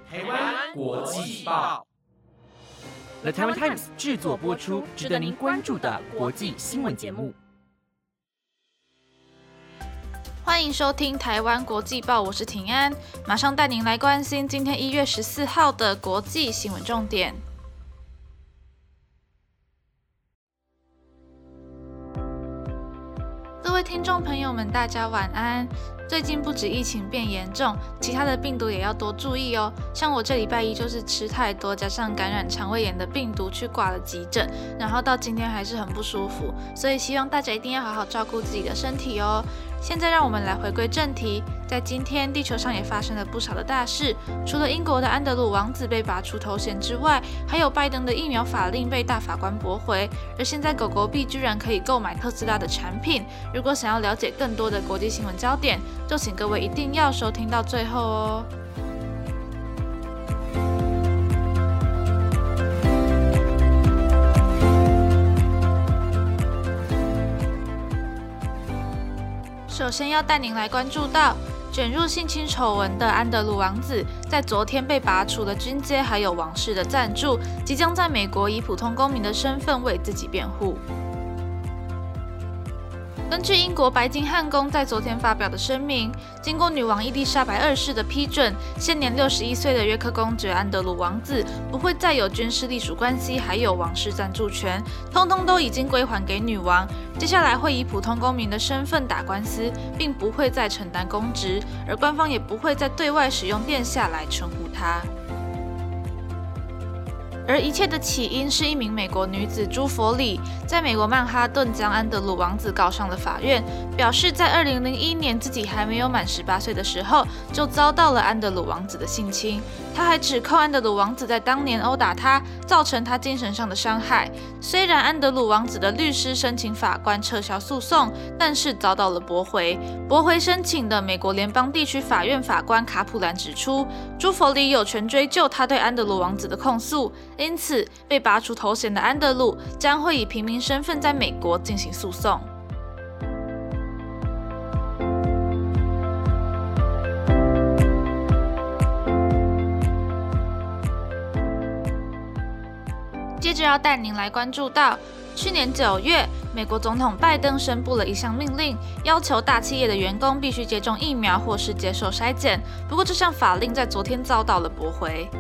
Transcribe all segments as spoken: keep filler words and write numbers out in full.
台湾国际报 The Taiwan Times 制作播出，值得您关注的国际新闻节目。 欢迎收听台湾国际报，我是庭安，马上带您来关心今天一月十四号的国际新闻重点。各位听众朋友们，大家晚安。最近不止疫情变严重，其他的病毒也要多注意哦。像我这礼拜一就是吃太多，加上感染肠胃炎的病毒去挂了急诊，然后到今天还是很不舒服，所以希望大家一定要好好照顾自己的身体哦。现在让我们来回归正题，在今天地球上也发生了不少的大事，除了英国的安德鲁王子被拔除头衔之外，还有拜登的疫苗法令被大法官驳回，而现在狗狗币居然可以购买特斯拉的产品。如果想要了解更多的国际新闻焦点，就请各位一定要收听到最后哦。首先要带您来关注到卷入性侵丑闻的安德鲁王子，在昨天被拔除了军阶还有王室的赞助，即将在美国以普通公民的身份为自己辩护。根据英国白金汉宫在昨天发表的声明，经过女王伊丽莎白二世的批准，现年六十一岁的约克公爵安德鲁王子不会再有军事隶属关系，还有王室赞助权，通通都已经归还给女王。接下来会以普通公民的身份打官司，并不会再承担公职，而官方也不会再对外使用殿下来称呼他。而一切的起因是一名美国女子朱佛里在美国曼哈顿将安德鲁王子告上了法院，表示在二零零一年自己还没有满十八岁的时候就遭到了安德鲁王子的性侵。他还指控安德鲁王子在当年殴打他，造成他精神上的伤害。虽然安德鲁王子的律师申请法官撤销诉讼，但是遭到了驳回。驳回申请的美国联邦地区法院法官卡普兰指出，朱佛里有权追究他对安德鲁王子的控诉。因此，被拔除头衔的安德鲁将会以平民身份在美国进行诉讼。接着要带您来关注到，去年九月，美国总统拜登宣布了一项命令，要求大企业的员工必须接种疫苗或是接受筛检。不过，这项法令在昨天遭到了驳回。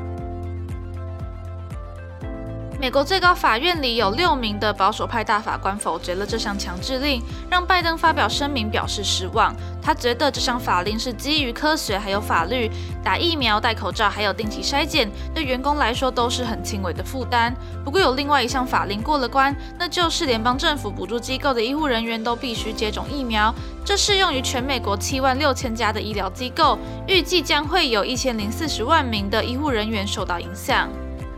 美国最高法院里有六名的保守派大法官否决了这项强制令，让拜登发表声明表示失望。他觉得这项法令是基于科学还有法律，打疫苗、戴口罩还有定期筛检，对员工来说都是很轻微的负担。不过有另外一项法令过了关，那就是联邦政府补助机构的医护人员都必须接种疫苗，这适用于全美国七万六千家的医疗机构，预计将会有一千零四十万名的医护人员受到影响。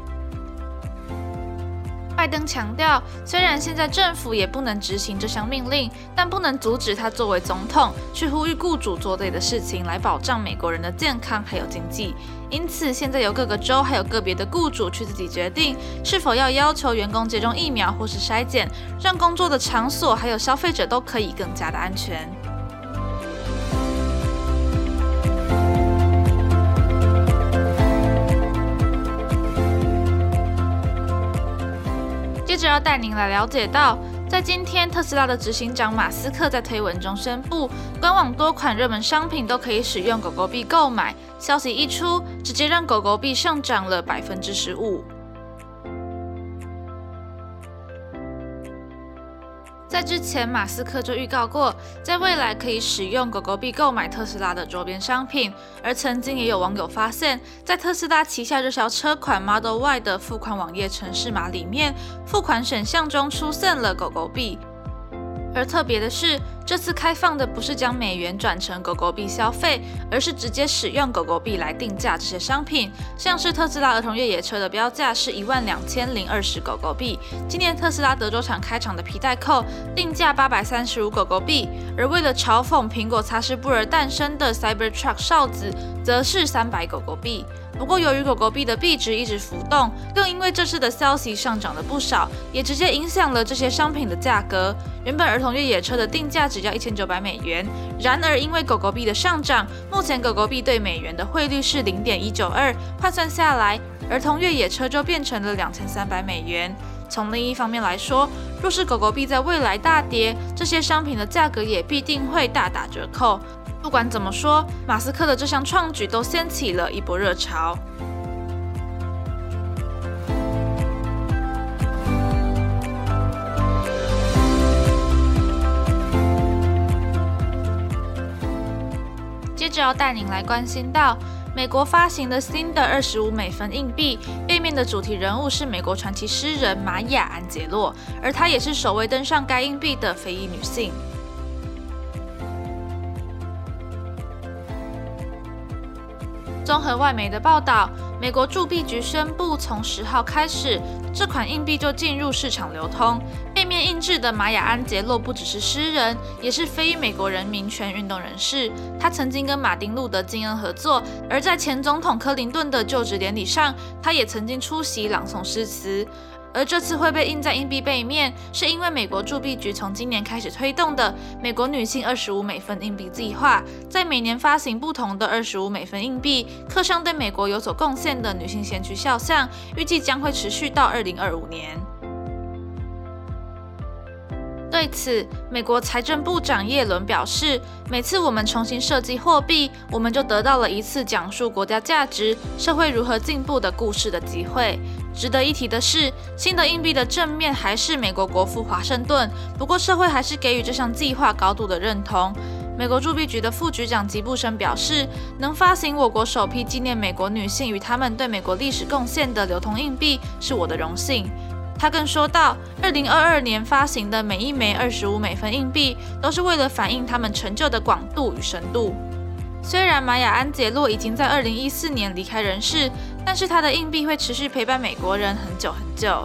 拜登强调，虽然现在政府也不能执行这项命令，但不能阻止他作为总统去呼吁雇主做对的事情，来保障美国人的健康还有经济。因此，现在由各个州还有个别的雇主去自己决定，是否要要求员工接种疫苗或是筛检，让工作的场所还有消费者都可以更加的安全。接着要带您来了解到，在今天特斯拉的执行长马斯克在推文中宣布，官网多款热门商品都可以使用狗狗币购买。消息一出，直接让狗狗币上涨了百分之十五。在之前，马斯克就预告过，在未来可以使用狗狗币购买特斯拉的周边商品。而曾经也有网友发现，在特斯拉旗下热销车款 Model Y 的付款网页程式码里面，付款选项中出现了狗狗币。而特别的是，这次开放的不是将美元转成狗狗币消费，而是直接使用狗狗币来定价这些商品。像是特斯拉儿童越野车的标价是一万两千零二十狗狗币，今年特斯拉德州厂开厂的皮带扣定价八百三十五狗狗币，而为了嘲讽苹果擦拭布而诞生的 Cybertruck 哨子，则是三百狗狗币。不过，由于狗狗币的币值一直浮动，更因为这次的消息上涨了不少，也直接影响了这些商品的价格。原本儿童越野车的定价只只要一千九百美元。然而，因为狗狗币的上涨，目前狗狗币对美元的汇率是零点一九二，换算下来，儿童越野车就变成了两千三百美元。从另一方面来说，若是狗狗币在未来大跌，这些商品的价格也必定会大打折扣。不管怎么说，马斯克的这项创举都掀起了一波热潮。接着要带您来关心到美国发行的新的二十五美分硬币，背面的主题人物是美国传奇诗人玛雅·安杰洛，而她也是首位登上该硬币的非裔女性。综合外媒的报道，美国铸币局宣布，从十号开始，这款硬币就进入市场流通。背面印制的玛雅·安杰洛不只是诗人，也是非裔美国人民权运动人士。他曾经跟马丁·路德·金恩合作，而在前总统克林顿的就职典礼上，他也曾经出席朗诵诗词。而这次会被印在硬币背面，是因为美国铸币局从今年开始推动的美国女性二十五美分硬币计划，在每年发行不同的二十五美分硬币，刻上对美国有所贡献的女性先驱肖像，预计将会持续到二零二五年。对此，美国财政部长耶伦表示，每次我们重新设计货币，我们就得到了一次讲述国家价值、社会如何进步的故事的机会。值得一提的是，新的硬币的正面还是美国国父华盛顿，不过社会还是给予这项计划高度的认同。美国铸币局的副局长吉布森表示，能发行我国首批纪念美国女性与她们对美国历史贡献的流通硬币，是我的荣幸。他更说到，二零二二年发行的每一枚二十五美分硬币，都是为了反映他们成就的广度与深度。虽然玛雅·安杰洛已经在二零一四年离开人世，但是他的硬币会持续陪伴美国人很久很久。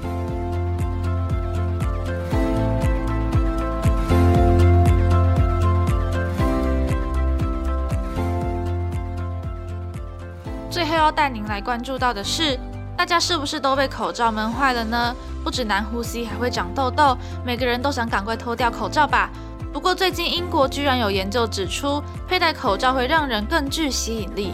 最后要带您来关注到的是，大家是不是都被口罩闷坏了呢？不止难呼吸，还会长痘痘，每个人都想赶快脱掉口罩吧。不过最近英国居然有研究指出，佩戴口罩会让人更具吸引力。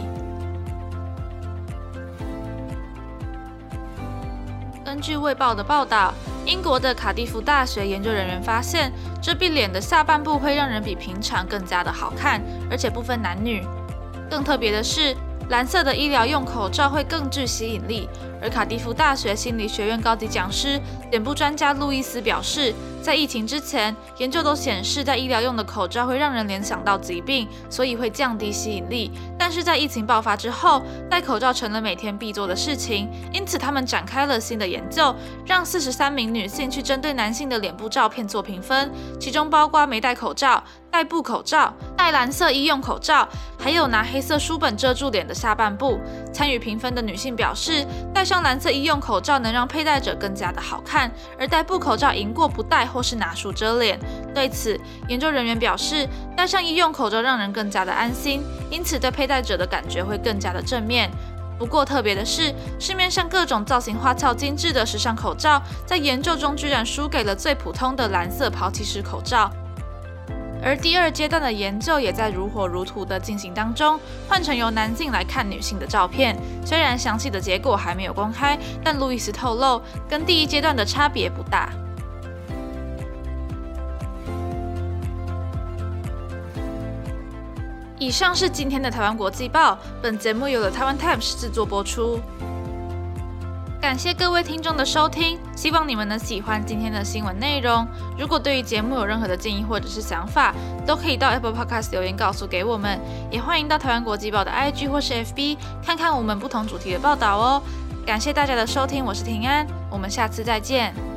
根据《卫报》的报道，英国的卡迪夫大学研究人员发现，遮蔽脸的下半部会让人比平常更加的好看，而且不分男女。更特别的是，蓝色的医疗用口罩会更具吸引力，而卡迪夫大学心理学院高级讲师、脸部专家路易斯表示，在疫情之前，研究都显示戴医疗用的口罩会让人联想到疾病，所以会降低吸引力。但是在疫情爆发之后，戴口罩成了每天必做的事情，因此他们展开了新的研究，让四十三名女性去针对男性的脸部照片做评分，其中包括没戴口罩、戴布口罩、戴蓝色医用口罩，还有拿黑色书本遮住脸的下半部。参与评分的女性表示，戴上蓝色医用口罩能让佩戴者更加的好看，而戴布口罩赢过不戴或是拿书遮脸。对此，研究人员表示，戴上医用口罩让人更加的安心，因此对佩戴者的感觉会更加的正面。不过特别的是，市面上各种造型花俏精致的时尚口罩，在研究中居然输给了最普通的蓝色抛弃式口罩。而第二阶段的研究也在如火如荼的进行当中，换成由男性来看女性的照片。虽然详细的结果还没有公开，但路易斯透露，跟第一阶段的差别不大。以上是今天的台湾国际报，本节目由了台湾 Times 制作播出。感谢各位听众的收听，希望你们能喜欢今天的新闻内容。如果对于节目有任何的建议或者是想法，都可以到 Apple Podcast 留言告诉给我们，也欢迎到台湾国际报的 I G 或是 F B 看看我们不同主题的报道哦。感谢大家的收听，我是庭安，我们下次再见。